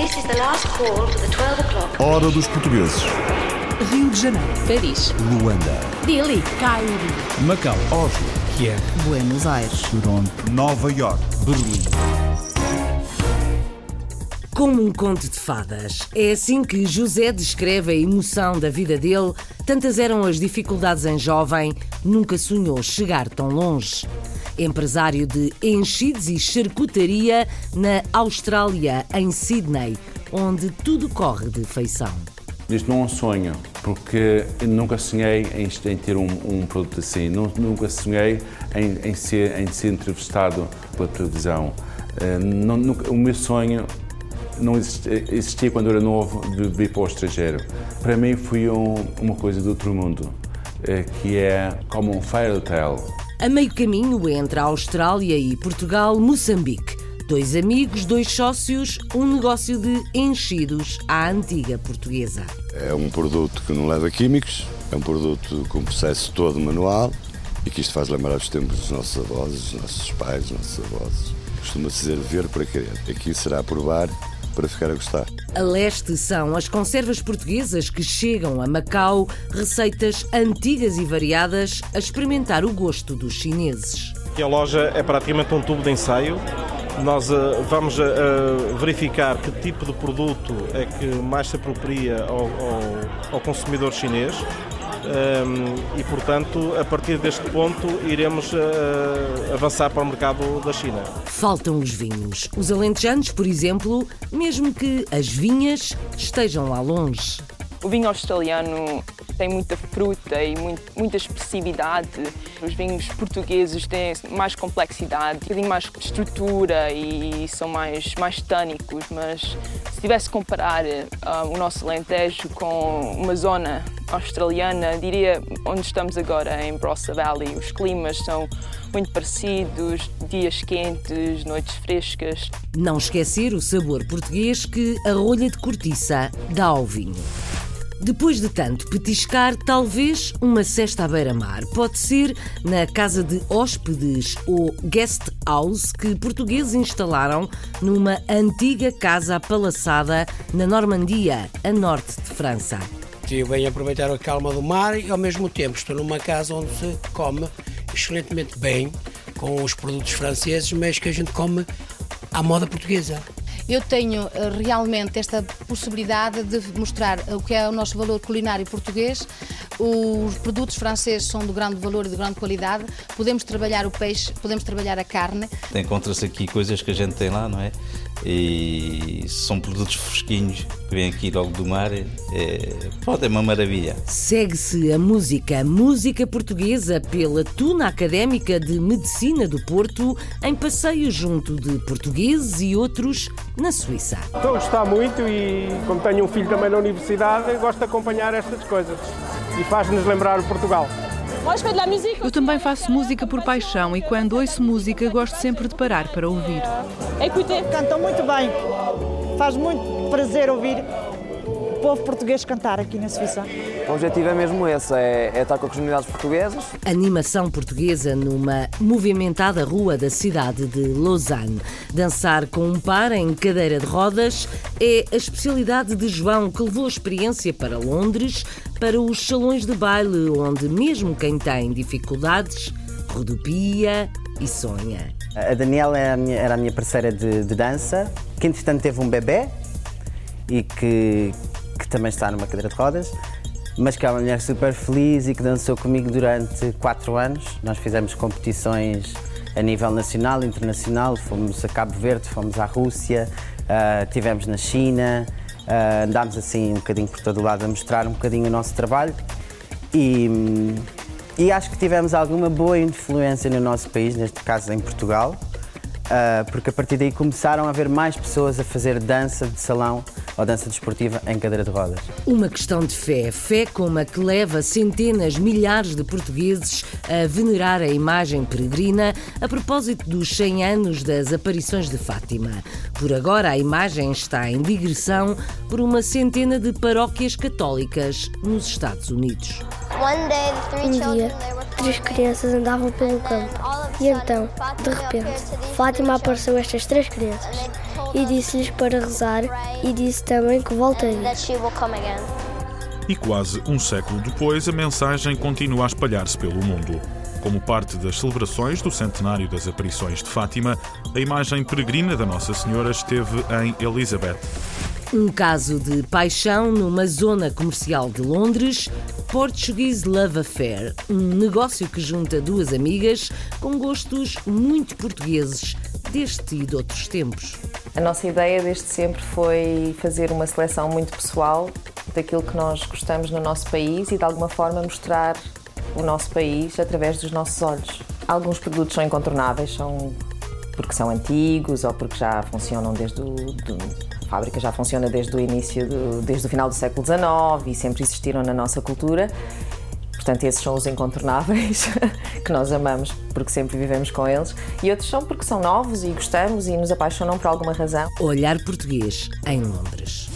This is the last call for the 12 o'clock. Hora dos portugueses. Rio de Janeiro, Paris, Luanda, Dili, Cairo, Macau, Oslo, Kiev, Buenos Aires, Toronto, Nova York, Berlim. Como um conto de fadas. É assim que José descreve a emoção da vida dele. Tantas eram as dificuldades em jovem, nunca sonhou chegar tão longe. Empresário de enchidos e charcutaria na Austrália, em Sydney, onde tudo corre de feição. Isto não é um sonho, porque eu nunca sonhei em ter um produto assim. Nunca sonhei em ser entrevistado pela televisão. O meu sonho não existia quando eu era novo de vir para o estrangeiro. Para mim foi uma coisa do outro mundo, que é como um fairy tale. A meio caminho entre a Austrália e Portugal, Moçambique. 2 amigos, 2 sócios, um negócio de enchidos à antiga portuguesa. É um produto que não leva químicos, é um produto com processo todo manual e que isto faz lembrar os tempos dos nossos avós, dos nossos pais, dos nossos avós. Costuma-se dizer ver para querer. Aqui será provar para ficar a gostar. A leste são as conservas portuguesas que chegam a Macau, receitas antigas e variadas a experimentar o gosto dos chineses. A loja é praticamente um tubo de ensaio. Nós vamos verificar que tipo de produto é que mais se apropria ao consumidor chinês e, portanto, a partir deste ponto iremos avançar para o mercado da China. Faltam os vinhos. Os alentejanos, por exemplo, mesmo que as vinhas estejam lá longe. O vinho australiano tem muita fruta e muita expressividade. Os vinhos portugueses têm mais complexidade, um bocadinho mais estrutura e são mais tânicos, mas se tivesse que comparar o nosso Alentejo com uma zona australiana, diria onde estamos agora, em Barossa Valley. Os climas são muito parecidos, dias quentes, noites frescas. Não esquecer o sabor português que a rolha de cortiça dá ao vinho. Depois de tanto petiscar, talvez uma cesta à beira-mar. Pode ser na casa de hóspedes ou guest house que portugueses instalaram numa antiga casa apalaçada na Normandia, a norte de França. Eu venho aproveitar a calma do mar e, ao mesmo tempo, estou numa casa onde se come excelentemente bem, com os produtos franceses, mas que a gente come à moda portuguesa. Eu tenho realmente esta possibilidade de mostrar o que é o nosso valor culinário português. Os produtos franceses são de grande valor e de grande qualidade. Podemos trabalhar o peixe, podemos trabalhar a carne. Encontra-se aqui coisas que a gente tem lá, não é? E são produtos fresquinhos que vêm aqui logo do mar. É uma maravilha. Segue-se a música portuguesa pela Tuna Académica de Medicina do Porto, em passeio junto de portugueses e outros na Suíça. Estou a gostar muito e, como tenho um filho também na universidade, gosto de acompanhar estas coisas e faz-nos lembrar o Portugal. Eu também faço música por paixão e quando ouço música gosto sempre de parar para ouvir. Cantam muito bem, faz muito prazer ouvir o povo português cantar aqui na Suíça. O objetivo é mesmo esse, é estar com as comunidades portuguesas. Animação portuguesa numa movimentada rua da cidade de Lausanne. Dançar com um par em cadeira de rodas é a especialidade de João, que levou a experiência para Londres, para os salões de baile, onde mesmo quem tem dificuldades rodopia e sonha. A Daniela era a minha parceira de dança, que entretanto teve um bebê e que também está numa cadeira de rodas, mas que é uma mulher super feliz e que dançou comigo durante 4 anos. Nós fizemos competições a nível nacional e internacional, fomos a Cabo Verde, fomos à Rússia, estivemos na China, andámos assim um bocadinho por todo o lado a mostrar um bocadinho o nosso trabalho e acho que tivemos alguma boa influência no nosso país, neste caso em Portugal, porque a partir daí começaram a haver mais pessoas a fazer dança de salão ou dança desportiva em cadeira de rodas. Uma questão de fé como a que leva centenas, milhares de portugueses a venerar a imagem peregrina a propósito dos 100 anos das aparições de Fátima. Por agora, a imagem está em digressão por uma centena de paróquias católicas nos Estados Unidos. Um dia, 3 crianças andavam pelo campo. E então, de repente, Fátima apareceu a estas 3 crianças e disse-lhes para rezar e disse também que voltaria. E quase um século depois, a mensagem continua a espalhar-se pelo mundo. Como parte das celebrações do centenário das aparições de Fátima, a imagem peregrina da Nossa Senhora esteve em Elizabeth. Um caso de paixão numa zona comercial de Londres, Portuguese Love Affair, um negócio que junta 2 amigas com gostos muito portugueses deste e de outros tempos. A nossa ideia desde sempre foi fazer uma seleção muito pessoal daquilo que nós gostamos no nosso país e de alguma forma mostrar o nosso país através dos nossos olhos. Alguns produtos são incontornáveis, são porque são antigos ou porque já funcionam desde a fábrica já funciona desde o início, desde o final do século XIX e sempre existiram na nossa cultura. Portanto, esses são os incontornáveis que nós amamos porque sempre vivemos com eles. E outros são porque são novos e gostamos e nos apaixonam por alguma razão. Olhar português em Londres.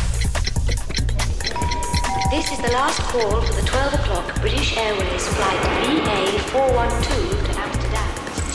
This is the last call for the 12 o'clock British Airways flight VA412 to Amsterdam.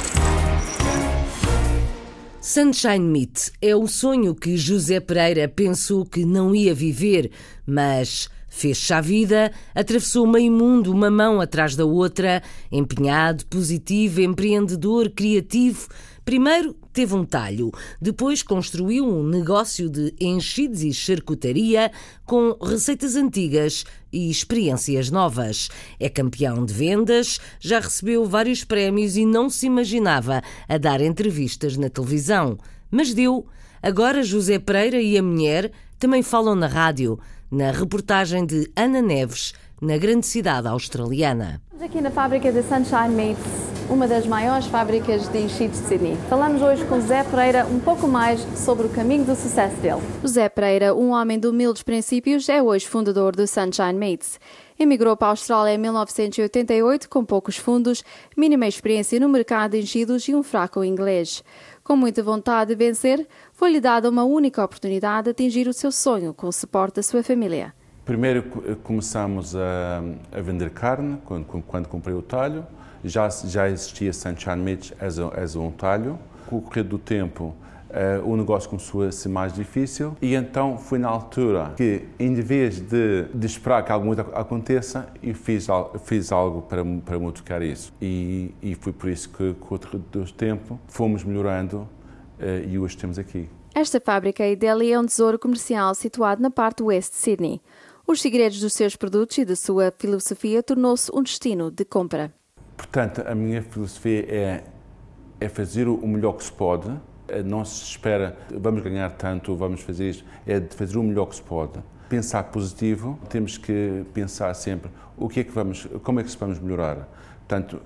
Sunshine Meat é o sonho que José Pereira pensou que não ia viver, mas fez-se à vida, atravessou meio mundo, uma mão atrás da outra, empenhado, positivo, empreendedor, criativo. Primeiro teve um talho, depois construiu um negócio de enchidos e charcutaria com receitas antigas e experiências novas. É campeão de vendas, já recebeu vários prémios e não se imaginava a dar entrevistas na televisão. Mas deu. Agora José Pereira e a mulher também falam na rádio, na reportagem de Ana Neves, na grande cidade australiana. Estamos aqui na fábrica de Sunshine Meats, uma das maiores fábricas de enchidos de Sydney. Falamos hoje com José Pereira um pouco mais sobre o caminho do sucesso dele. José Pereira, um homem de humildes princípios, é hoje fundador do Sunshine Meats. Emigrou para a Austrália em 1988 com poucos fundos, mínima experiência no mercado de enchidos e um fraco inglês. Com muita vontade de vencer, foi-lhe dada uma única oportunidade de atingir o seu sonho com o suporte da sua família. Primeiro começamos a vender carne, quando comprei o talho. Já existia Sunshine Meat as um talho. Com o correr do tempo, o negócio começou a ser mais difícil e então foi na altura que, em vez de esperar que algo aconteça, eu fiz algo para modificar isso. E foi por isso que, com o correr do tempo, fomos melhorando e hoje estamos aqui. Esta fábrica Idélia é um tesouro comercial situado na parte oeste de Sydney. Os segredos dos seus produtos e da sua filosofia tornou-se um destino de compra. Portanto, a minha filosofia é fazer o melhor que se pode. Não se espera, vamos ganhar tanto, vamos fazer isto. É de fazer o melhor que se pode. Pensar positivo, temos que pensar sempre como é que se vamos melhorar. Portanto,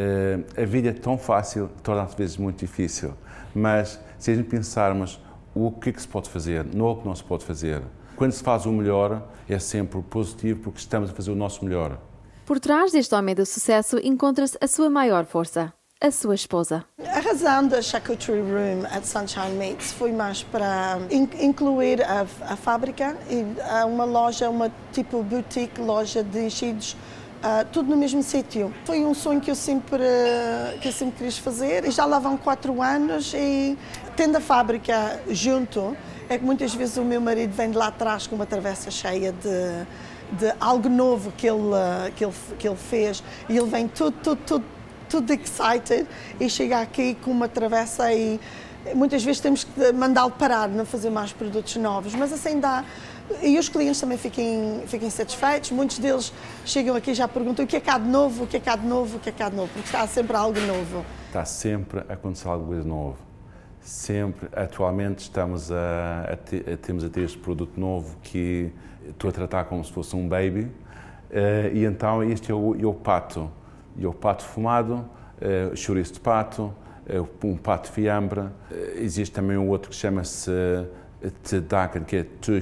a vida é tão fácil, torna-se às vezes muito difícil. Mas se a gente pensarmos o que é que se pode fazer, não é o que não se pode fazer. Quando se faz o melhor, é sempre positivo porque estamos a fazer o nosso melhor. Por trás deste homem do sucesso encontra-se a sua maior força, a sua esposa. A razão da Charcuterie Room at Sunshine Meats foi mais para incluir a fábrica e uma loja, uma tipo boutique, loja de enchidos, tudo no mesmo sítio. Foi um sonho que eu sempre quis fazer e já lá vão 4 anos e tendo a fábrica junto, é que muitas vezes o meu marido vem de lá atrás com uma travessa cheia de algo novo que ele fez e ele vem tudo excited e chega aqui com uma travessa e muitas vezes temos que mandá-lo parar, não fazer mais produtos novos, mas assim dá. E os clientes também fiquem satisfeitos, muitos deles chegam aqui e já perguntam o que é que há de novo, o que é que há de novo, o que é que há de novo, porque está sempre algo novo. Está sempre a acontecer algo de novo. Sempre, atualmente temos a ter este produto novo que estou a tratar como se fosse um baby e então este é o pato. E o pato fumado, chouriço de pato, um pato de fiambre. Existe também um outro que chama-se tzedaken, que é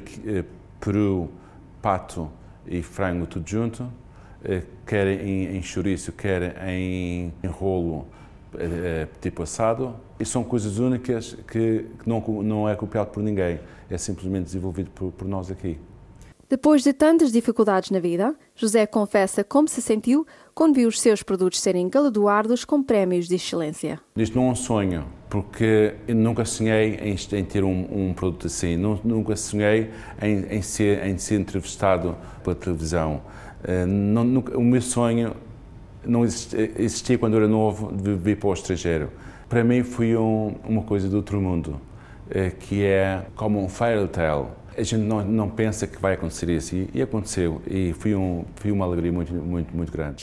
peru, pato e frango tudo junto, quer em chouriço, quer em rolo tipo assado. E são coisas únicas que não é copiado por ninguém, é simplesmente desenvolvido por nós aqui. Depois de tantas dificuldades na vida, José confessa como se sentiu quando viu os seus produtos serem galardoados com prémios de excelência. Isto não é um sonho, porque eu nunca sonhei em ter um produto assim. Nunca sonhei em ser entrevistado pela televisão. O meu sonho não existia quando eu era novo de vir para o estrangeiro. Para mim foi uma coisa do outro mundo, que é como um fairy tale. A gente não pensa que vai acontecer isso e aconteceu. E foi uma alegria muito grande.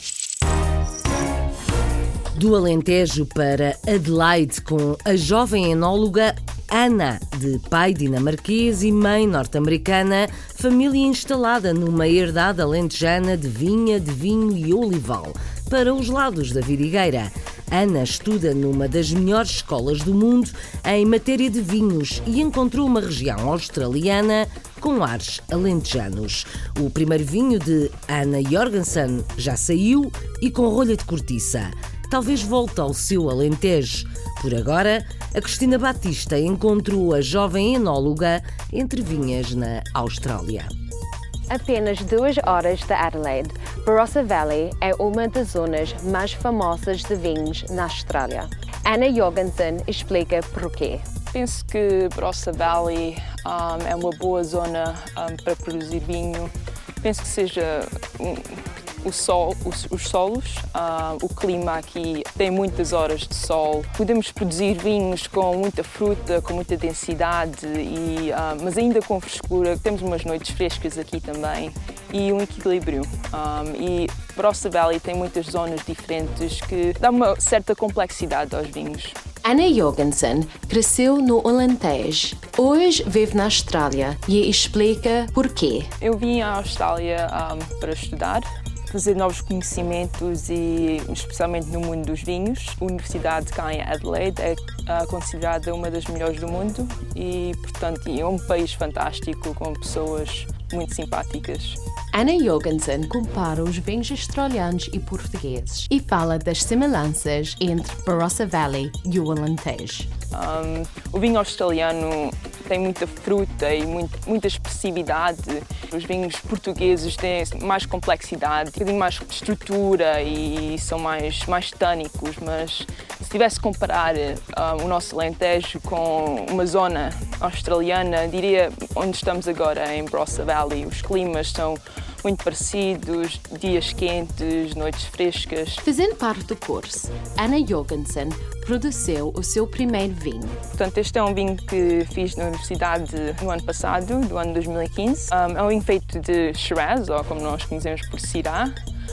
Do Alentejo para Adelaide, com a jovem enóloga Ana, de pai dinamarquês e mãe norte-americana, família instalada numa herdade alentejana de vinha, de vinho e olival, para os lados da vidigueira. Ana estuda numa das melhores escolas do mundo em matéria de vinhos e encontrou uma região australiana com ares alentejanos. O primeiro vinho de Ana Jorgensen já saiu e com rolha de cortiça. Talvez volte ao seu Alentejo. Por agora, a Cristina Batista encontrou a jovem enóloga entre vinhas na Austrália. Apenas 2 horas de Adelaide, Barossa Valley é uma das zonas mais famosas de vinhos na Austrália. Ana Jorgensen explica porquê. Penso que Barossa Valley é uma boa zona para produzir vinho. Penso que seja os solos, o clima aqui tem muitas horas de sol. Podemos produzir vinhos com muita fruta, com muita densidade, mas ainda com frescura. Temos umas noites frescas aqui também e um equilíbrio. E Barossa Valley tem muitas zonas diferentes que dá uma certa complexidade aos vinhos. Ana Jorgensen cresceu no Alentejo. Hoje vive na Austrália e explica porquê. Eu vim à Austrália para estudar, fazer novos conhecimentos e especialmente no mundo dos vinhos. A Universidade cá em Adelaide é considerada uma das melhores do mundo e, portanto, é um país fantástico com pessoas muito simpáticas. Ana Jorgensen compara os vinhos australianos e portugueses e fala das semelhanças entre Barossa Valley e o Alentejo. O vinho australiano tem muita fruta e muita expressividade. Os vinhos portugueses têm mais complexidade, um bocadinho mais estrutura e são mais tânicos, mas se tivesse que comparar o nosso Alentejo com uma zona australiana, diria onde estamos agora, em Barossa Valley. Os climas são muito parecidos, dias quentes, noites frescas. Fazendo parte do curso, Ana Jorgensen produziu o seu primeiro vinho. Portanto, este é um vinho que fiz na universidade no ano passado, do ano 2015. É um vinho feito de Shiraz, ou como nós conhecemos por Syrah.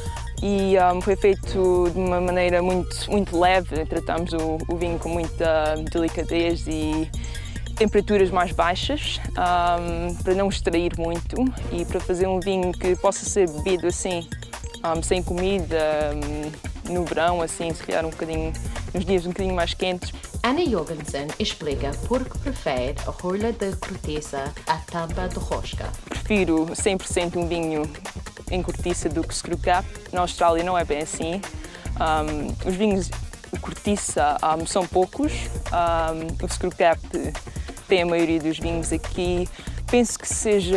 E foi feito de uma maneira muito leve. Tratamos o vinho com muita delicadez e temperaturas mais baixas, para não extrair muito e para fazer um vinho que possa ser bebido assim, sem comida, no verão, assim, se calhar nos dias um bocadinho mais quentes. Ana Jorgensen explica por que prefere a rolha de cortiça à tampa de rosca. Prefiro 100% um vinho em cortiça do que screw cap. Na Austrália não é bem assim. Os vinhos de cortiça são poucos. O screw cap tem a maioria dos vinhos aqui. Penso que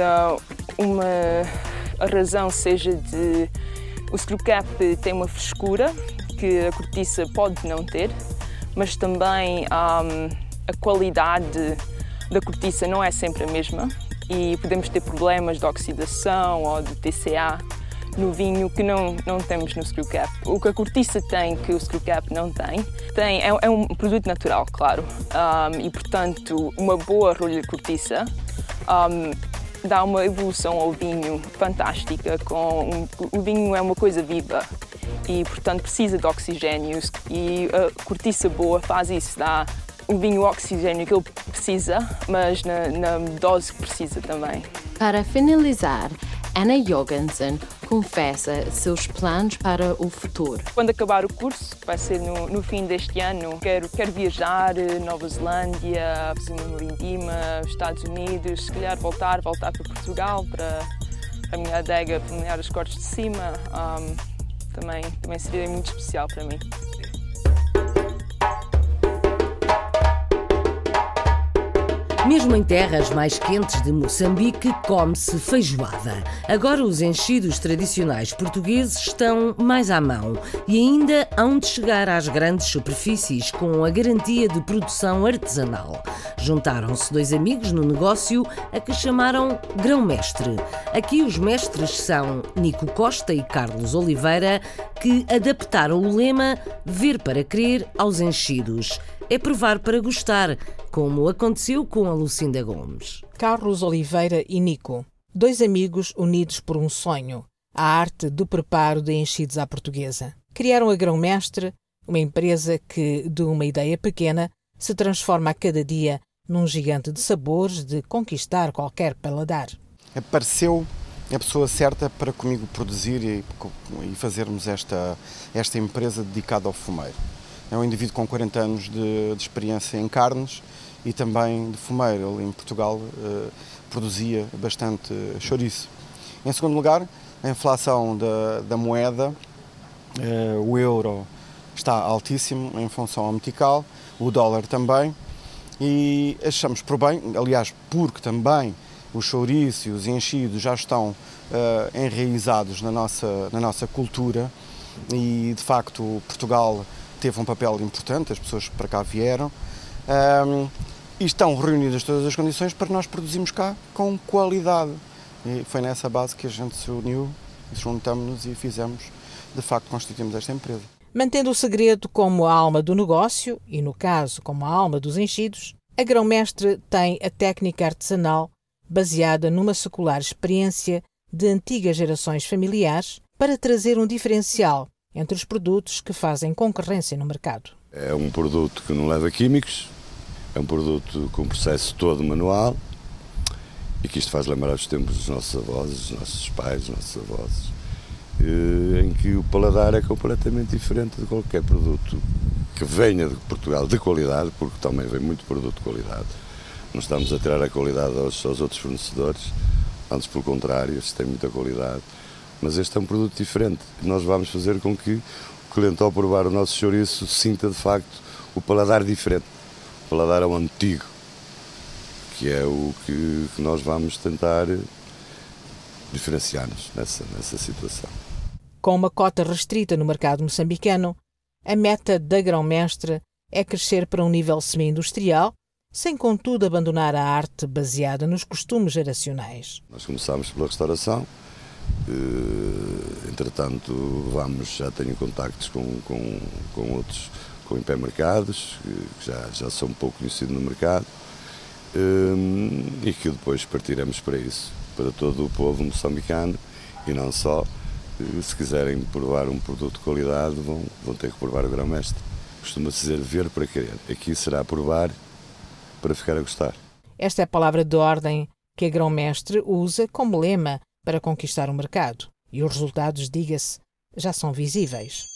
a razão seja de o screw cap tem uma frescura que a cortiça pode não ter, mas também a qualidade da cortiça não é sempre a mesma e podemos ter problemas de oxidação ou de TCA no vinho que não temos no screw cap. O que a cortiça tem que o screw cap não tem é um produto natural, claro, e portanto uma boa rolha de cortiça dá uma evolução ao vinho fantástica. O vinho é uma coisa viva e portanto precisa de oxigênio e a cortiça boa faz isso, dá o vinho o oxigênio que ele precisa, mas na dose que precisa também. Para finalizar, Ana Jorgensen confessa seus planos para o futuro. Quando acabar o curso, que vai ser no fim deste ano, quero viajar, Nova Zelândia, fazer uma vindima, Estados Unidos, se calhar voltar para Portugal, para a minha adega familiar dos Cortes de Cima. Também seria muito especial para mim. Mesmo em terras mais quentes de Moçambique, come-se feijoada. Agora os enchidos tradicionais portugueses estão mais à mão e ainda hão de chegar às grandes superfícies com a garantia de produção artesanal. Juntaram-se dois amigos no negócio a que chamaram grão-mestre. Aqui os mestres são Nico Costa e Carlos Oliveira, que adaptaram o lema "Ver para crer" aos enchidos. É provar para gostar, como aconteceu com a Lucinda Gomes. Carlos Oliveira e Nico, dois amigos unidos por um sonho, a arte do preparo de enchidos à portuguesa. Criaram a Grão-Mestre, uma empresa que, de uma ideia pequena, se transforma a cada dia num gigante de sabores de conquistar qualquer paladar. Apareceu a pessoa certa para comigo produzir e fazermos esta empresa dedicada ao fumeiro. É um indivíduo com 40 anos de experiência em carnes e também de fumeiro. Ele, em Portugal, produzia bastante chouriço. Em segundo lugar, a inflação da moeda, o euro está altíssimo em função ao metical, o dólar também, e achamos por bem, aliás, porque também o chouriço e os enchidos já estão enraizados na nossa cultura e, de facto, Portugal teve um papel importante, as pessoas que para cá vieram, e estão reunidas todas as condições para nós produzirmos cá com qualidade. E foi nessa base que a gente se uniu, juntamos-nos e fizemos, de facto, constituímos esta empresa. Mantendo o segredo como a alma do negócio, e no caso como a alma dos enchidos, a Grão-Mestre tem a técnica artesanal baseada numa secular experiência de antigas gerações familiares para trazer um diferencial entre os produtos que fazem concorrência no mercado. É um produto que não leva químicos, é um produto com processo todo manual e que isto faz lembrar os tempos dos nossos avós, dos nossos pais, dos nossos avós, em que o paladar é completamente diferente de qualquer produto que venha de Portugal de qualidade, porque também vem muito produto de qualidade. Não estamos a tirar a qualidade aos outros fornecedores, antes pelo contrário, este tem muita qualidade. Mas este é um produto diferente. Nós vamos fazer com que o cliente, ao provar o nosso chouriço, sinta de facto o paladar diferente. O paladar é o antigo, que é o que nós vamos tentar diferenciar-nos nessa situação. Com uma cota restrita no mercado moçambicano, a meta da Grão-Mestre é crescer para um nível semi-industrial, sem contudo abandonar a arte baseada nos costumes geracionais. Nós começámos pela restauração. Entretanto, já tenho contactos com outros, com hipermercados, que já são um pouco conhecidos no mercado, e que depois partiremos para isso, para todo o povo moçambicano, e não só. Se quiserem provar um produto de qualidade, vão ter que provar o Grão-Mestre. Costuma-se dizer ver para querer. Aqui será provar para ficar a gostar. Esta é a palavra de ordem que a Grão-Mestre usa como lema para conquistar o mercado. E os resultados, diga-se, já são visíveis.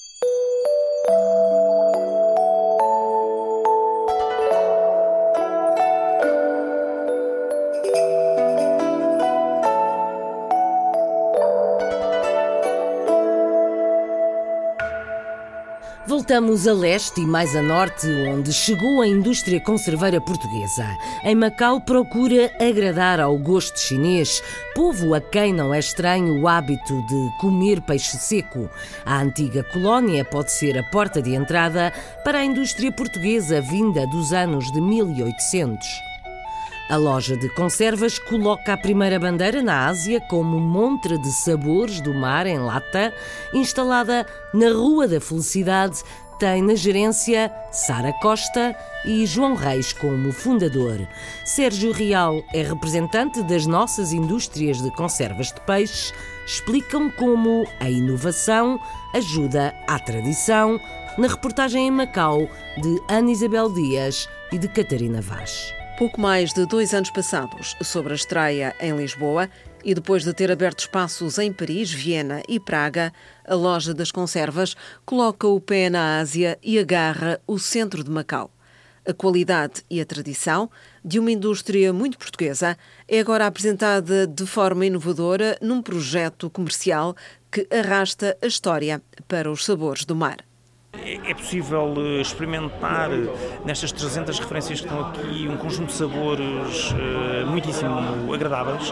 Voltamos a leste e mais a norte, onde chegou a indústria conserveira portuguesa. Em Macau procura agradar ao gosto chinês, povo a quem não é estranho o hábito de comer peixe seco. A antiga colónia pode ser a porta de entrada para a indústria portuguesa vinda dos anos de 1800. A loja de conservas coloca a primeira bandeira na Ásia como montra de sabores do mar em lata, instalada na Rua da Felicidade, tem na gerência Sara Costa e João Reis como fundador. Sérgio Real é representante das nossas indústrias de conservas de peixe, explicam como a inovação ajuda à tradição, na reportagem em Macau de Ana Isabel Dias e de Catarina Vaz. Pouco mais de 2 anos passados sobre a estreia em Lisboa e depois de ter aberto espaços em Paris, Viena e Praga, a loja das conservas coloca o pé na Ásia e agarra o centro de Macau. A qualidade e a tradição de uma indústria muito portuguesa é agora apresentada de forma inovadora num projeto comercial que arrasta a história para os sabores do mar. É possível experimentar nestas 300 referências que estão aqui um conjunto de sabores muitíssimo agradáveis,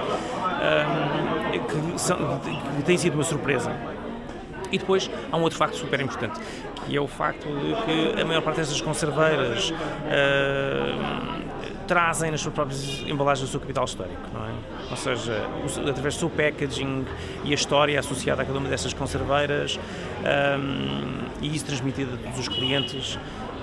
que tem sido uma surpresa. E depois há um outro facto super importante, que é o facto de que a maior parte dessas conserveiras trazem nas suas próprias embalagens o seu capital histórico, não é? Ou seja, através do seu packaging e a história associada a cada uma dessas conserveiras, e isso transmitido a todos os clientes,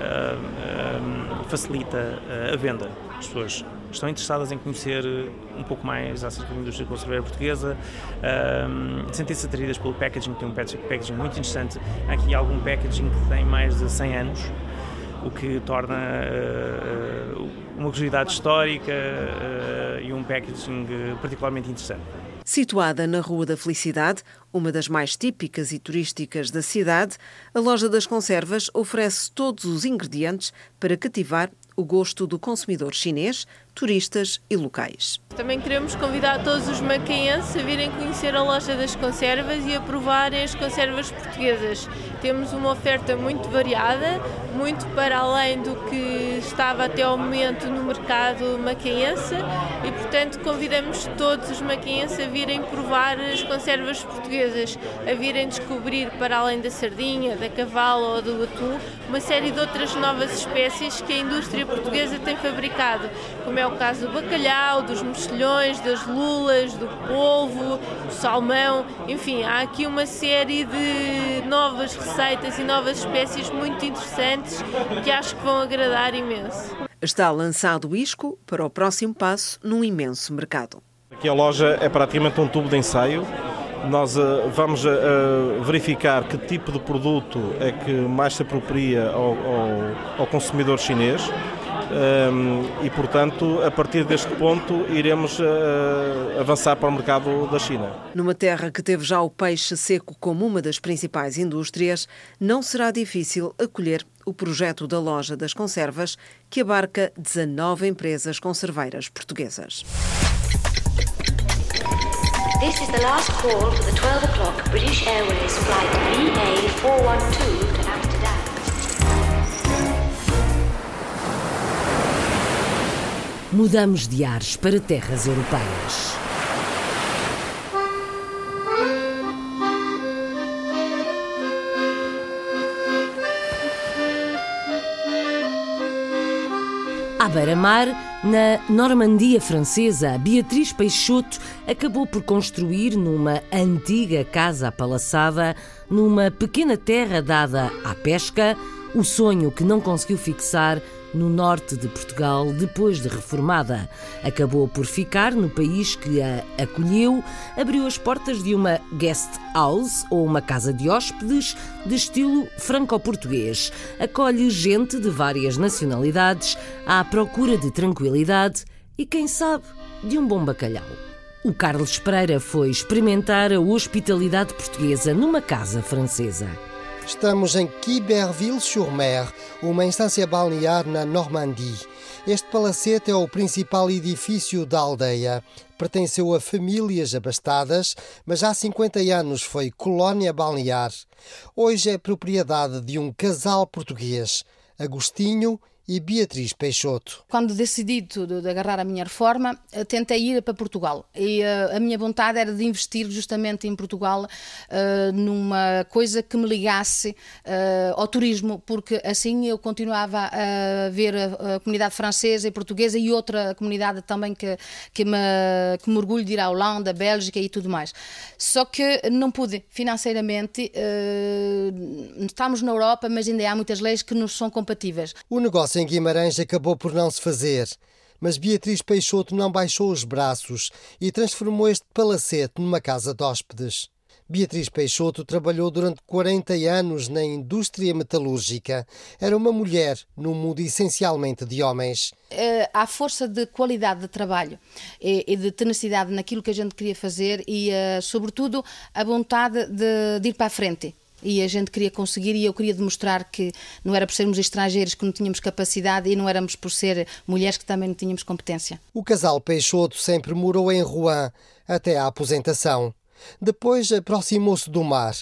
facilita a venda. As pessoas estão interessadas em conhecer um pouco mais acerca da indústria conserveira portuguesa, sentem-se atraídas pelo packaging, que tem um packaging muito interessante. Há aqui algum packaging que tem mais de 100 anos, o que torna uma curiosidade histórica e um packaging particularmente interessante. Situada na Rua da Felicidade, uma das mais típicas e turísticas da cidade, a Loja das Conservas oferece todos os ingredientes para cativar o gosto do consumidor chinês, turistas e locais. Também queremos convidar todos os macaenses a virem conhecer a Loja das Conservas e a provarem as conservas portuguesas. Temos uma oferta muito variada, muito para além do que estava até ao momento no mercado macaense e, portanto, convidamos todos os macaenses a virem provar as conservas portuguesas, a virem descobrir, para além da sardinha, da cavalo ou do atum, uma série de outras novas espécies que a indústria portuguesa tem fabricado, como é o caso do bacalhau, dos mexilhões, das lulas, do polvo, do salmão, enfim, há aqui uma série de novas receitas e novas espécies muito interessantes que acho que vão agradar imenso. Está lançado o isco para o próximo passo num imenso mercado. Aqui a loja é praticamente um tubo de ensaio. Nós vamos verificar que tipo de produto é que mais se apropria ao consumidor chinês e, portanto, a partir deste ponto iremos avançar para o mercado da China. Numa terra que teve já o peixe seco como uma das principais indústrias, não será difícil acolher o projeto da Loja das Conservas, que abarca 19 empresas conserveiras portuguesas. This is the last call for the 12 o'clock British Airways flight VA412 to Amsterdam. Mudamos de ares para terras europeias. À beira-mar, na Normandia francesa, Beatriz Peixoto acabou por construir numa antiga casa apalaçada, numa pequena terra dada à pesca, o sonho que não conseguiu fixar no norte de Portugal depois de reformada. Acabou por ficar no país que a acolheu, abriu as portas de uma guest house ou uma casa de hóspedes de estilo franco-português. Acolhe gente de várias nacionalidades à procura de tranquilidade e, quem sabe, de um bom bacalhau. O Carlos Pereira foi experimentar a hospitalidade portuguesa numa casa francesa. Estamos em Quiberville-sur-Mer, uma instância balnear na Normandie. Este palacete é o principal edifício da aldeia. Pertenceu a famílias abastadas, mas há 50 anos foi colónia balnear. Hoje é propriedade de um casal português, Agostinho e Beatriz Peixoto. Quando decidi de agarrar a minha reforma, tentei ir para Portugal e a minha vontade era de investir justamente em Portugal numa coisa que me ligasse ao turismo, porque assim eu continuava a ver a comunidade francesa e portuguesa e outra comunidade também que me orgulho de ir à Holanda, à Bélgica e tudo mais. Só que não pude financeiramente, estamos na Europa, mas ainda há muitas leis que não são compatíveis. O negócio em Guimarães acabou por não se fazer, mas Beatriz Peixoto não baixou os braços e transformou este palacete numa casa de hóspedes. Beatriz Peixoto trabalhou durante 40 anos na indústria metalúrgica. Era uma mulher num mundo essencialmente de homens. Há força de qualidade de trabalho e de tenacidade naquilo que a gente queria fazer e, sobretudo, a vontade de ir para a frente. E a gente queria conseguir e eu queria demonstrar que não era por sermos estrangeiros que não tínhamos capacidade e não éramos por ser mulheres que também não tínhamos competência. O casal Peixoto sempre morou em Rouen, até à aposentação. Depois aproximou-se do mar.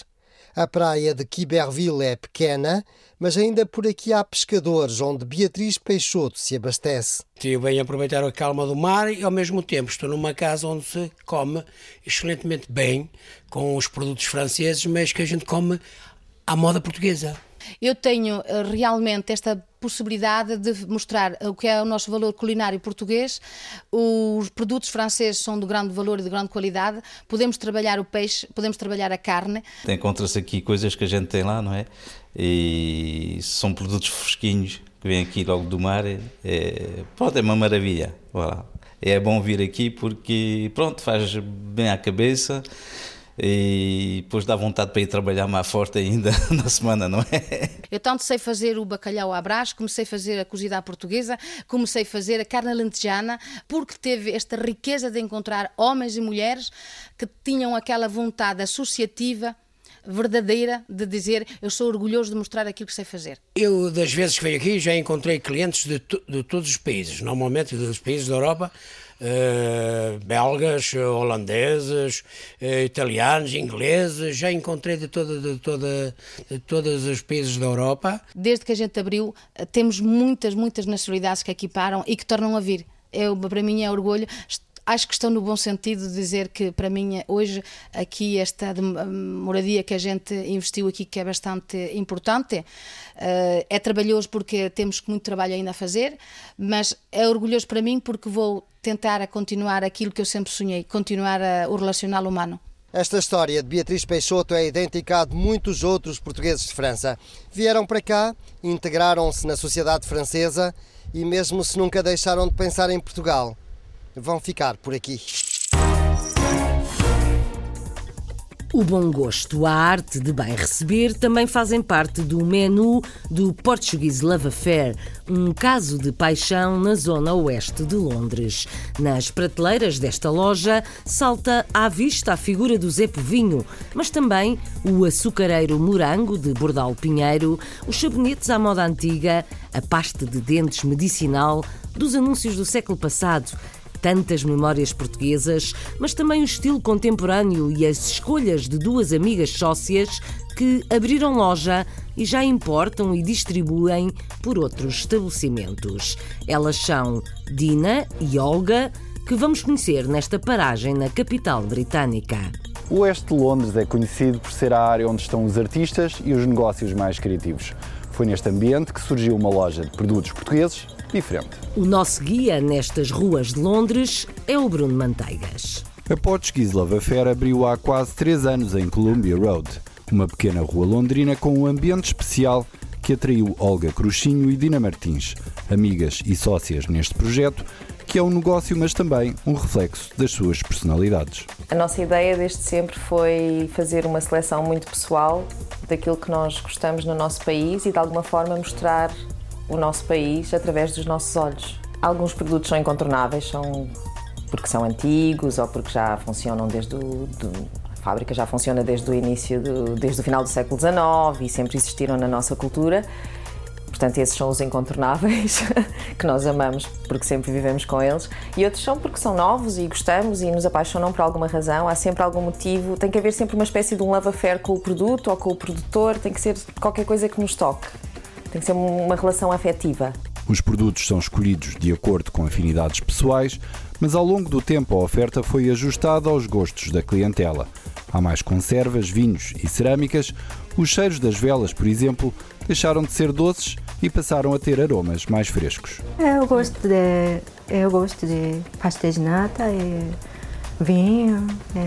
A praia de Quiberville é pequena, mas ainda por aqui há pescadores, onde Beatriz Peixoto se abastece. Eu venho aproveitar a calma do mar e, ao mesmo tempo, estou numa casa onde se come excelentemente bem, com os produtos franceses, mas que a gente come à moda portuguesa. Eu tenho realmente esta possibilidade de mostrar o que é o nosso valor culinário português. Os produtos franceses são de grande valor e de grande qualidade. Podemos trabalhar o peixe, podemos trabalhar a carne. Encontra-se aqui coisas que a gente tem lá, não é? E são produtos fresquinhos que vêm aqui logo do mar. Pronto, é uma maravilha. Voilà. É bom vir aqui porque, pronto, faz bem à cabeça. E depois dá vontade para ir trabalhar mais forte ainda na semana, não é? Eu tanto sei fazer o bacalhau à brás, comecei a fazer a cozida à portuguesa, comecei a fazer a carne alentejana, porque teve esta riqueza de encontrar homens e mulheres que tinham aquela vontade associativa, verdadeira, de dizer eu sou orgulhoso de mostrar aquilo que sei fazer. Eu, das vezes que venho aqui, já encontrei clientes de todos os países, normalmente dos países da Europa, belgas, holandeses, italianos, ingleses, já encontrei de todos os países da Europa. Desde que a gente abriu, temos muitas nacionalidades que aqui param e que tornam a vir. Para mim é orgulho. Acho que estão no bom sentido de dizer que, para mim, hoje, aqui esta moradia que a gente investiu aqui, que é bastante importante, é trabalhoso porque temos muito trabalho ainda a fazer, mas é orgulhoso para mim porque vou tentar continuar aquilo que eu sempre sonhei, continuar o relacional humano. Esta história de Beatriz Peixoto é idêntica à de muitos outros portugueses de França. Vieram para cá, integraram-se na sociedade francesa e, mesmo se nunca deixaram de pensar em Portugal, vão ficar por aqui. O bom gosto, a arte de bem receber também fazem parte do menu do Portuguese Love Affair, um caso de paixão na zona oeste de Londres. Nas prateleiras desta loja salta à vista a figura do Zé Povinho, mas também o açucareiro morango de Bordal Pinheiro, os sabonetes à moda antiga, a pasta de dentes medicinal dos anúncios do século passado. Tantas memórias portuguesas, mas também o estilo contemporâneo e as escolhas de duas amigas sócias que abriram loja e já importam e distribuem por outros estabelecimentos. Elas são Dina e Olga, que vamos conhecer nesta paragem na capital britânica. O oeste de Londres é conhecido por ser a área onde estão os artistas e os negócios mais criativos. Foi neste ambiente que surgiu uma loja de produtos portugueses diferente. O nosso guia nestas ruas de Londres é o Bruno Manteigas. A Portuguese Love Affair abriu há quase 3 anos em Columbia Road, uma pequena rua londrina com um ambiente especial que atraiu Olga Cruxinho e Dina Martins, amigas e sócias neste projeto, que é um negócio, mas também um reflexo das suas personalidades. A nossa ideia desde sempre foi fazer uma seleção muito pessoal daquilo que nós gostamos no nosso país e de alguma forma mostrar o nosso país através dos nossos olhos. Alguns produtos são incontornáveis, porque são antigos ou porque já funcionam a fábrica já funciona desde o início, desde o final do século XIX e sempre existiram na nossa cultura. Portanto, esses são os incontornáveis, que nós amamos porque sempre vivemos com eles. E outros são porque são novos e gostamos e nos apaixonam por alguma razão. Há sempre algum motivo. Tem que haver sempre uma espécie de um love affair com o produto ou com o produtor. Tem que ser qualquer coisa que nos toque. Tem que ser uma relação afetiva. Os produtos são escolhidos de acordo com afinidades pessoais, mas ao longo do tempo a oferta foi ajustada aos gostos da clientela. Há mais conservas, vinhos e cerâmicas. Os cheiros das velas, por exemplo, deixaram de ser doces e passaram a ter aromas mais frescos. Eu gosto de pastéis de nata, e vinho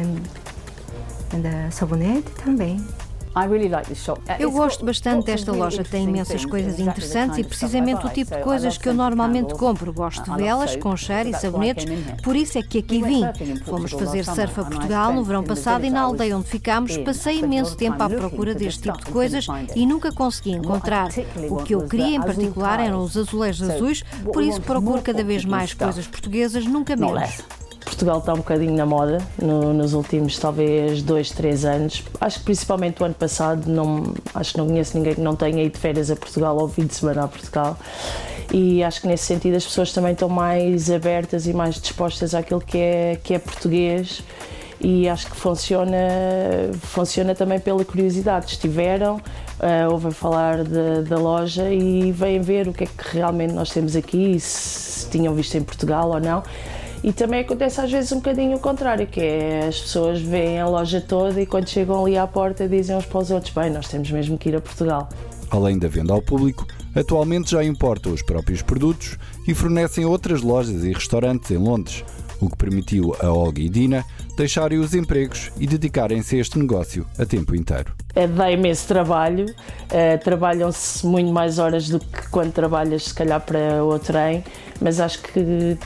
e sabonete também. Eu gosto bastante desta loja, tem imensas coisas interessantes e precisamente o tipo de coisas que eu normalmente compro. Gosto de velas, com cheiro e sabonetes, por isso é que aqui vim. Fomos fazer surf a Portugal no verão passado e na aldeia onde ficámos passei imenso tempo à procura deste tipo de coisas e nunca consegui encontrar. O que eu queria em particular eram os azulejos azuis, por isso procuro cada vez mais coisas portuguesas, nunca menos. Portugal está um bocadinho na moda nos últimos talvez 2, 3 anos. Acho que principalmente o ano passado, acho que não conheço ninguém que não tenha ido de férias a Portugal ou fim de semana a Portugal. E acho que nesse sentido as pessoas também estão mais abertas e mais dispostas àquilo que é português e acho que funciona também pela curiosidade. Estiveram, ouvem falar da loja e vêm ver o que é que realmente nós temos aqui, se tinham visto em Portugal ou não. E também acontece às vezes um bocadinho o contrário, que é as pessoas veem a loja toda e quando chegam ali à porta dizem uns para os outros: bem, nós temos mesmo que ir a Portugal. Além da venda ao público, atualmente já importam os próprios produtos e fornecem outras lojas e restaurantes em Londres, o que permitiu a Olga e Dina deixarem os empregos e dedicarem-se a este negócio a tempo inteiro. Dá imenso trabalho, trabalham-se muito mais horas do que quando trabalhas se calhar para o trem, mas acho que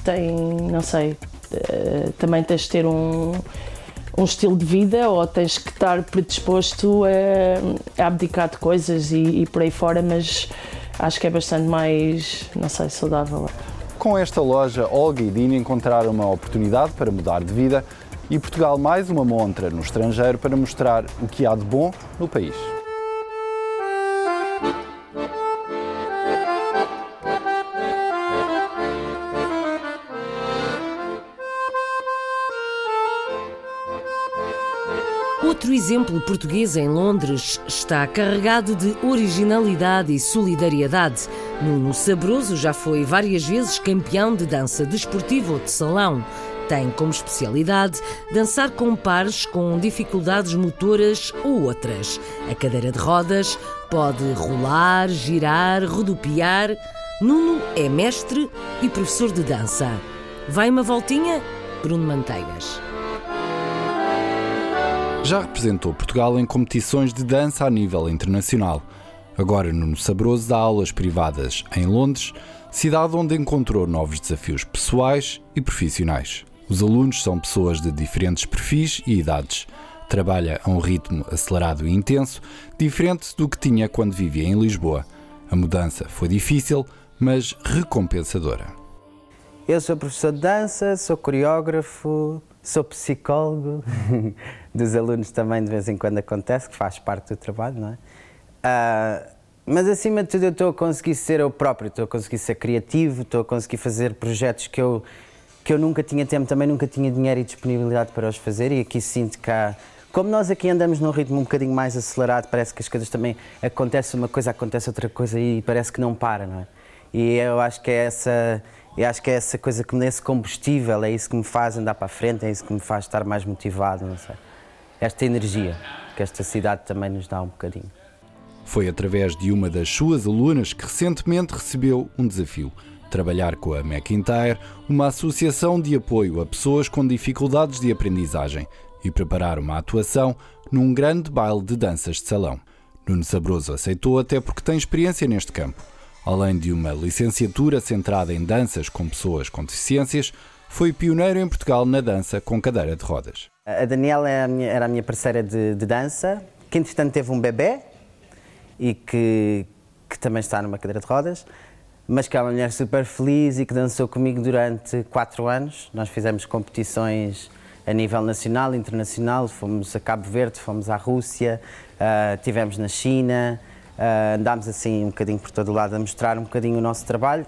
também tens de ter um estilo de vida, ou tens que estar predisposto a abdicar de coisas e por aí fora, mas acho que é bastante mais, saudável. Com esta loja, Olga e Dina encontraram uma oportunidade para mudar de vida e Portugal mais uma montra no estrangeiro para mostrar o que há de bom no país. Outro exemplo português em Londres está carregado de originalidade e solidariedade. Nuno Sabroso já foi várias vezes campeão de dança desportiva ou de salão. Tem como especialidade dançar com pares com dificuldades motoras ou outras. A cadeira de rodas pode rolar, girar, rodopiar. Nuno é mestre e professor de dança. Vai uma voltinha? Bruno Manteigas. Já representou Portugal em competições de dança a nível internacional. Agora Nuno Sabroso dá aulas privadas em Londres, cidade onde encontrou novos desafios pessoais e profissionais. Os alunos são pessoas de diferentes perfis e idades. Trabalha a um ritmo acelerado e intenso, diferente do que tinha quando vivia em Lisboa. A mudança foi difícil, mas recompensadora. Eu sou professor de dança, sou coreógrafo, sou psicólogo. Dos alunos também de vez em quando acontece, que faz parte do trabalho, não é? Mas acima de tudo eu estou a conseguir ser eu próprio, estou a conseguir ser criativo, estou a conseguir fazer projetos que eu nunca tinha tempo, também nunca tinha dinheiro e disponibilidade para os fazer, e aqui sinto que como nós aqui andamos num ritmo um bocadinho mais acelerado, parece que as coisas também acontece uma coisa, acontece outra coisa e parece que não para, não é? E eu acho que é essa coisa, que nesse combustível, é isso que me faz andar para a frente, é isso que me faz estar mais motivado, não sei. Esta energia que esta cidade também nos dá um bocadinho. Foi através de uma das suas alunas que recentemente recebeu um desafio: trabalhar com a McIntyre, uma associação de apoio a pessoas com dificuldades de aprendizagem, e preparar uma atuação num grande baile de danças de salão. Nuno Sabroso aceitou até porque tem experiência neste campo. Além de uma licenciatura centrada em danças com pessoas com deficiências, foi pioneiro em Portugal na dança com cadeira de rodas. A Daniela era a minha parceira de dança, que entretanto teve um bebê e que também está numa cadeira de rodas, mas que é uma mulher super feliz e que dançou comigo durante 4 anos. Nós fizemos competições a nível nacional, internacional, fomos a Cabo Verde, fomos à Rússia, estivemos na China, andámos assim um bocadinho por todo o lado a mostrar um bocadinho o nosso trabalho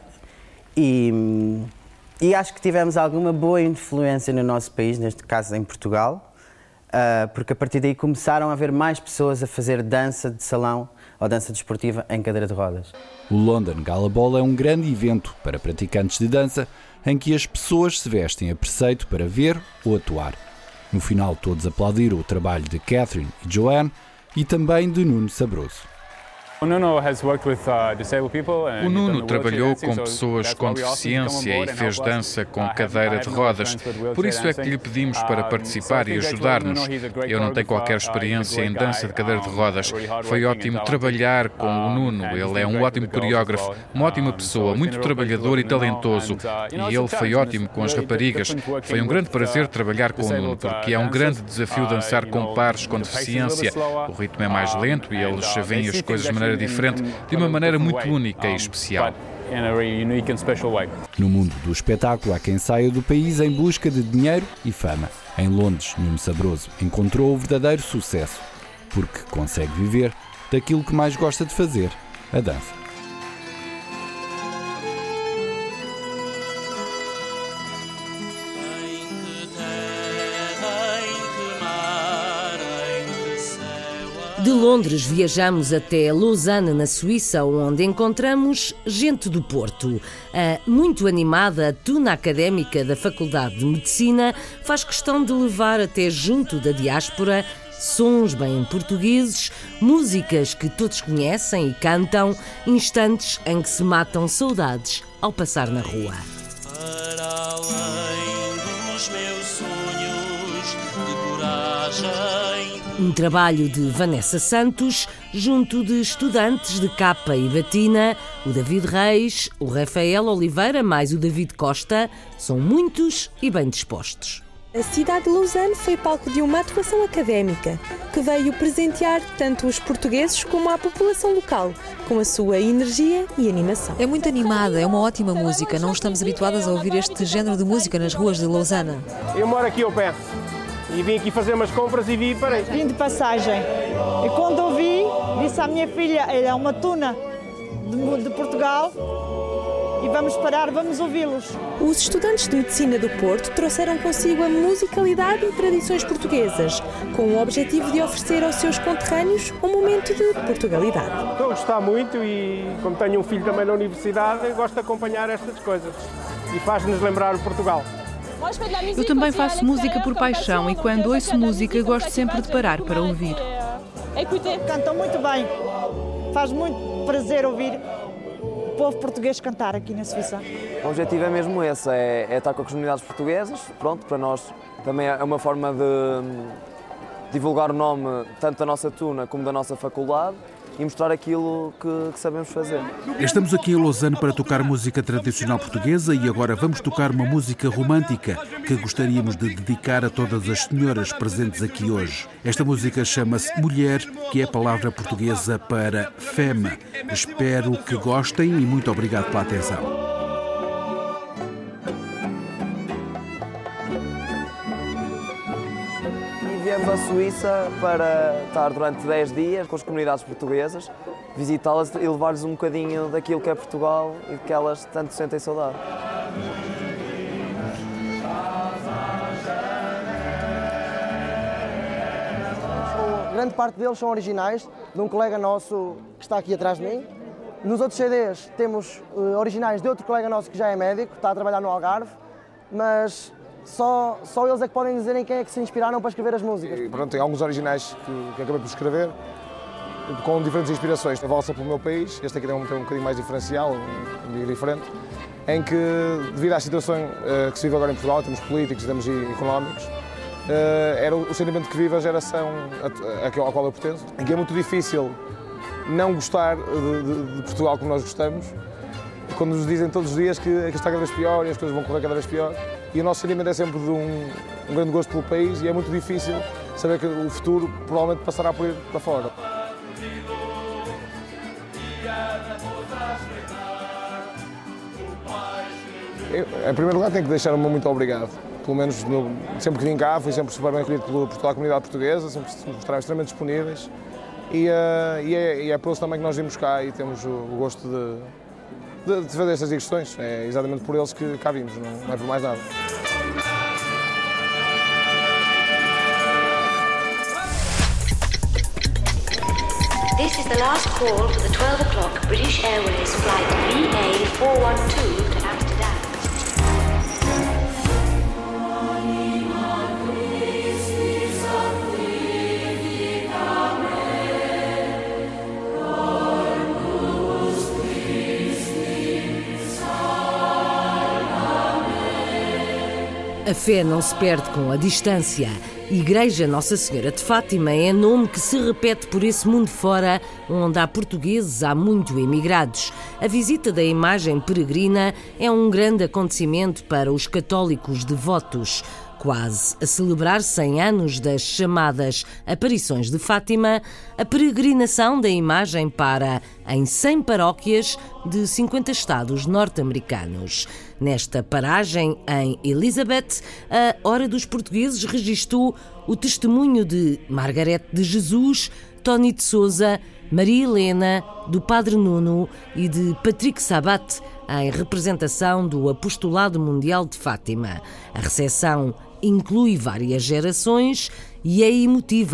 e acho que tivemos alguma boa influência no nosso país, neste caso em Portugal, porque a partir daí começaram a haver mais pessoas a fazer dança de salão ou dança desportiva em cadeira de rodas. O London Gala Ball é um grande evento para praticantes de dança em que as pessoas se vestem a preceito para ver ou atuar. No final, todos aplaudiram o trabalho de Catherine e Joanne e também de Nuno Sabroso. O Nuno trabalhou com pessoas com deficiência e fez dança com cadeira de rodas. Por isso é que lhe pedimos para participar e ajudar-nos. Eu não tenho qualquer experiência em dança de cadeira de rodas. Foi ótimo trabalhar com o Nuno. Ele é um ótimo coreógrafo, uma ótima pessoa, muito trabalhador e talentoso. E ele foi ótimo com as raparigas. Foi um grande prazer trabalhar com o Nuno, porque é um grande desafio dançar com pares com deficiência. O ritmo é mais lento e eles veem as coisas de maneira diferente, de uma maneira muito única e especial. No mundo do espetáculo há quem saia do país em busca de dinheiro e fama. Em Londres, Nuno Sabroso encontrou o verdadeiro sucesso, porque consegue viver daquilo que mais gosta de fazer, a dança. Em que terra, em De Londres viajamos até Lausanne, na Suíça, onde encontramos gente do Porto. A muito animada tuna académica da Faculdade de Medicina faz questão de levar até junto da diáspora sons bem portugueses, músicas que todos conhecem e cantam, instantes em que se matam saudades ao passar na rua. Para além dos meus sonhos de coragem. Um trabalho de Vanessa Santos, junto de estudantes de capa e batina, o David Reis, o Rafael Oliveira, mais o David Costa, são muitos e bem dispostos. A cidade de Lausanne foi palco de uma atuação académica que veio presentear tanto os portugueses como a população local, com a sua energia e animação. É muito animada, é uma ótima música. Não estamos habituadas a ouvir este género de música nas ruas de Lausanne. Eu moro aqui ao pé e vim aqui fazer umas compras e vi e parei. Vim de passagem e quando ouvi, disse à minha filha, ela é uma tuna de Portugal, e vamos parar, vamos ouvi-los. Os estudantes de Medicina do Porto trouxeram consigo a musicalidade e tradições portuguesas, com o objetivo de oferecer aos seus conterrâneos um momento de Portugalidade. Estou a gostar muito e, como tenho um filho também na universidade, gosto de acompanhar estas coisas e faz-nos lembrar o Portugal. Eu também faço música por paixão e quando ouço música gosto sempre de parar para ouvir. Cantam muito bem, faz muito prazer ouvir o povo português cantar aqui na Suíça. O objetivo é mesmo esse, é estar com as comunidades portuguesas. Pronto, para nós também é uma forma de divulgar o nome tanto da nossa tuna como da nossa faculdade e mostrar aquilo que sabemos fazer. Estamos aqui em Lausanne para tocar música tradicional portuguesa e agora vamos tocar uma música romântica que gostaríamos de dedicar a todas as senhoras presentes aqui hoje. Esta música chama-se Mulher, que é a palavra portuguesa para femme. Espero que gostem e muito obrigado pela atenção. Viemos à Suíça para estar durante 10 dias com as comunidades portuguesas, visitá-las e levar-lhes um bocadinho daquilo que é Portugal e que elas tanto sentem saudade. Grande parte deles são originais de um colega nosso que está aqui atrás de mim. Nos outros CDs temos originais de outro colega nosso que já é médico, está a trabalhar no Algarve, mas só eles é que podem dizer em quem é que se inspiraram para escrever as músicas. E, pronto, tem alguns originais que acabei por escrever, com diferentes inspirações. A Valsa pelo Meu País, este aqui tem um bocadinho mais diferencial, um diferente, em que, devido à situação que se vive agora em Portugal, temos políticos, temos económicos, era o sentimento que vive a geração à qual eu pertenço, em que é muito difícil não gostar de Portugal como nós gostamos, quando nos dizem todos os dias que está cada vez pior e as coisas vão correr cada vez pior. E o nosso sentimento é sempre de um grande gosto pelo país e é muito difícil saber que o futuro provavelmente passará por ir para fora. Em primeiro lugar, tenho que deixar o meu muito obrigado. Pelo menos sempre que vim cá, fui sempre super bem acolhido por toda a comunidade portuguesa, sempre se mostraram extremamente disponíveis. E é por isso também que nós vimos cá e temos o gosto de fazer estas digressões. É exatamente por eles que cá vimos, não é por mais nada. This is the last call for the 12 o'clock British Airways flight VA412 to Amsterdam. A fé não se perde com a distância. Igreja Nossa Senhora de Fátima é nome que se repete por esse mundo fora, onde há portugueses há muito emigrados. A visita da imagem peregrina é um grande acontecimento para os católicos devotos. Quase a celebrar 100 anos das chamadas aparições de Fátima, a peregrinação da imagem para em 100 paróquias de 50 estados norte-americanos. Nesta paragem em Elizabeth, a Hora dos Portugueses registou o testemunho de Margarete de Jesus, Tony de Souza, Maria Helena, do Padre Nuno e de Patrick Sabat, em representação do Apostolado Mundial de Fátima. A recepção inclui várias gerações e é emotiva,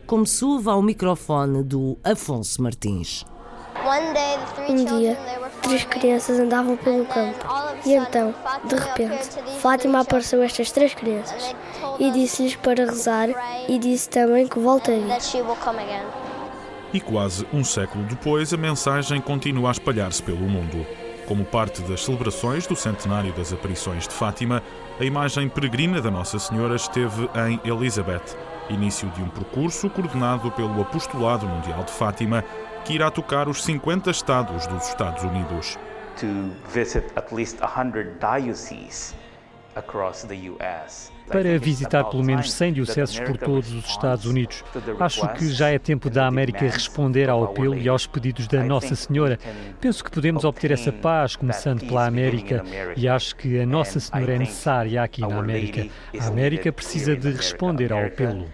como soube ao microfone do Afonso Martins. Um dia, 3 crianças andavam pelo campo e então, de repente, Fátima apareceu a estas 3 crianças e disse-lhes para rezar e disse também que voltaria. E quase um século depois, a mensagem continua a espalhar-se pelo mundo. Como parte das celebrações do centenário das aparições de Fátima, a imagem peregrina da Nossa Senhora esteve em Elizabeth, início de um percurso coordenado pelo Apostolado Mundial de Fátima, que irá tocar os 50 estados dos Estados Unidos. To visit at least 100 dioceses across the US. Para visitar pelo menos 100 dioceses por todos os Estados Unidos. Acho que já é tempo da América responder ao apelo e aos pedidos da Nossa Senhora. Penso que podemos obter essa paz começando pela América e acho que a Nossa Senhora é necessária aqui na América. A América precisa de responder ao apelo.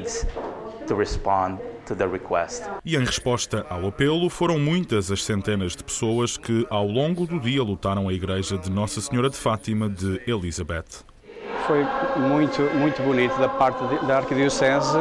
E em resposta ao apelo, foram muitas as centenas de pessoas que, ao longo do dia, lutaram a Igreja de Nossa Senhora de Fátima de Elizabeth. Foi muito bonito da parte da Arquidiocese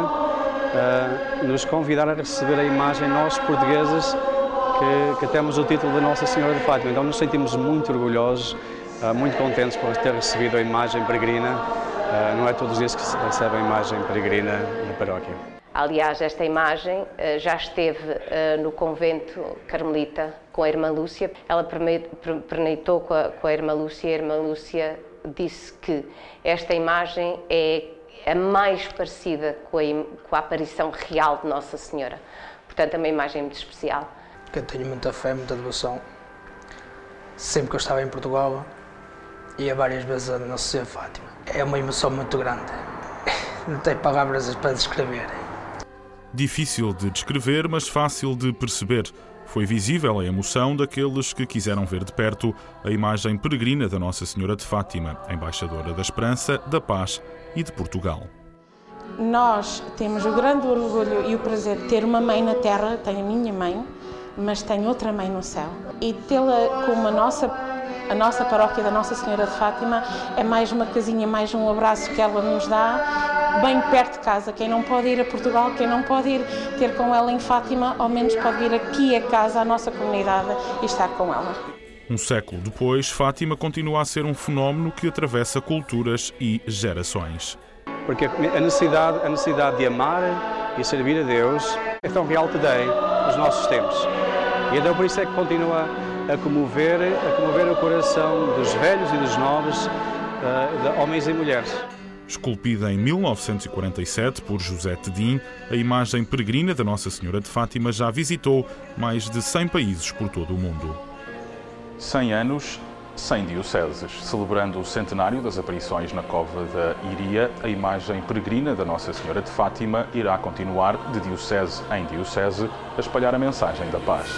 nos convidar a receber a imagem, nós portugueses, que temos o título de Nossa Senhora de Fátima. Então nos sentimos muito orgulhosos, muito contentes por ter recebido a imagem peregrina. Não é todos os dias que se recebe a imagem peregrina na paróquia. Aliás, esta imagem já esteve no convento carmelita com a Irmã Lúcia. Ela pernitou com a Irmã Lúcia e a Irmã Lúcia disse que esta imagem é a mais parecida com a aparição real de Nossa Senhora. Portanto, é uma imagem muito especial. Eu tenho muita fé, muita devoção. Sempre que eu estava em Portugal, ia várias vezes a Nossa Senhora de Fátima. É uma emoção muito grande. Não tenho palavras para descrever. Difícil de descrever, mas fácil de perceber. Foi visível a emoção daqueles que quiseram ver de perto a imagem peregrina da Nossa Senhora de Fátima, embaixadora da Esperança, da Paz e de Portugal. Nós temos o grande orgulho e o prazer de ter uma mãe na terra, tenho a minha mãe, mas tenho outra mãe no céu. E tê-la como a nossa paróquia da Nossa Senhora de Fátima é mais uma casinha, mais um abraço que ela nos dá, bem perto de casa. Quem não pode ir a Portugal, quem não pode ir ter com ela em Fátima, ao menos pode vir aqui a casa, à nossa comunidade, e estar com ela. Um século depois, Fátima continua a ser um fenómeno que atravessa culturas e gerações. Porque a necessidade de amar e servir a Deus é tão real today, nos nossos tempos. E então por isso é que continua a comover o coração dos velhos e dos novos, de homens e mulheres. Esculpida em 1947 por José Tedim, a imagem peregrina da Nossa Senhora de Fátima já visitou mais de 100 países por todo o mundo. 100 anos, 100 dioceses. Celebrando o centenário das aparições na Cova da Iria, a imagem peregrina da Nossa Senhora de Fátima irá continuar, de diocese em diocese, a espalhar a mensagem da paz.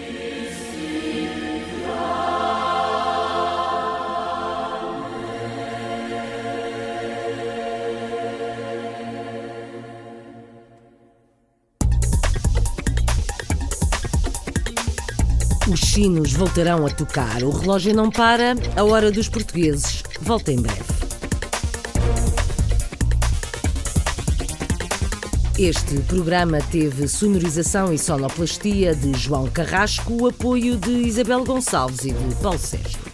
Os sinos voltarão a tocar, o relógio não para, a hora dos portugueses volta em breve. Este programa teve sonorização e sonoplastia de João Carrasco, o apoio de Isabel Gonçalves e de Paulo Sérgio.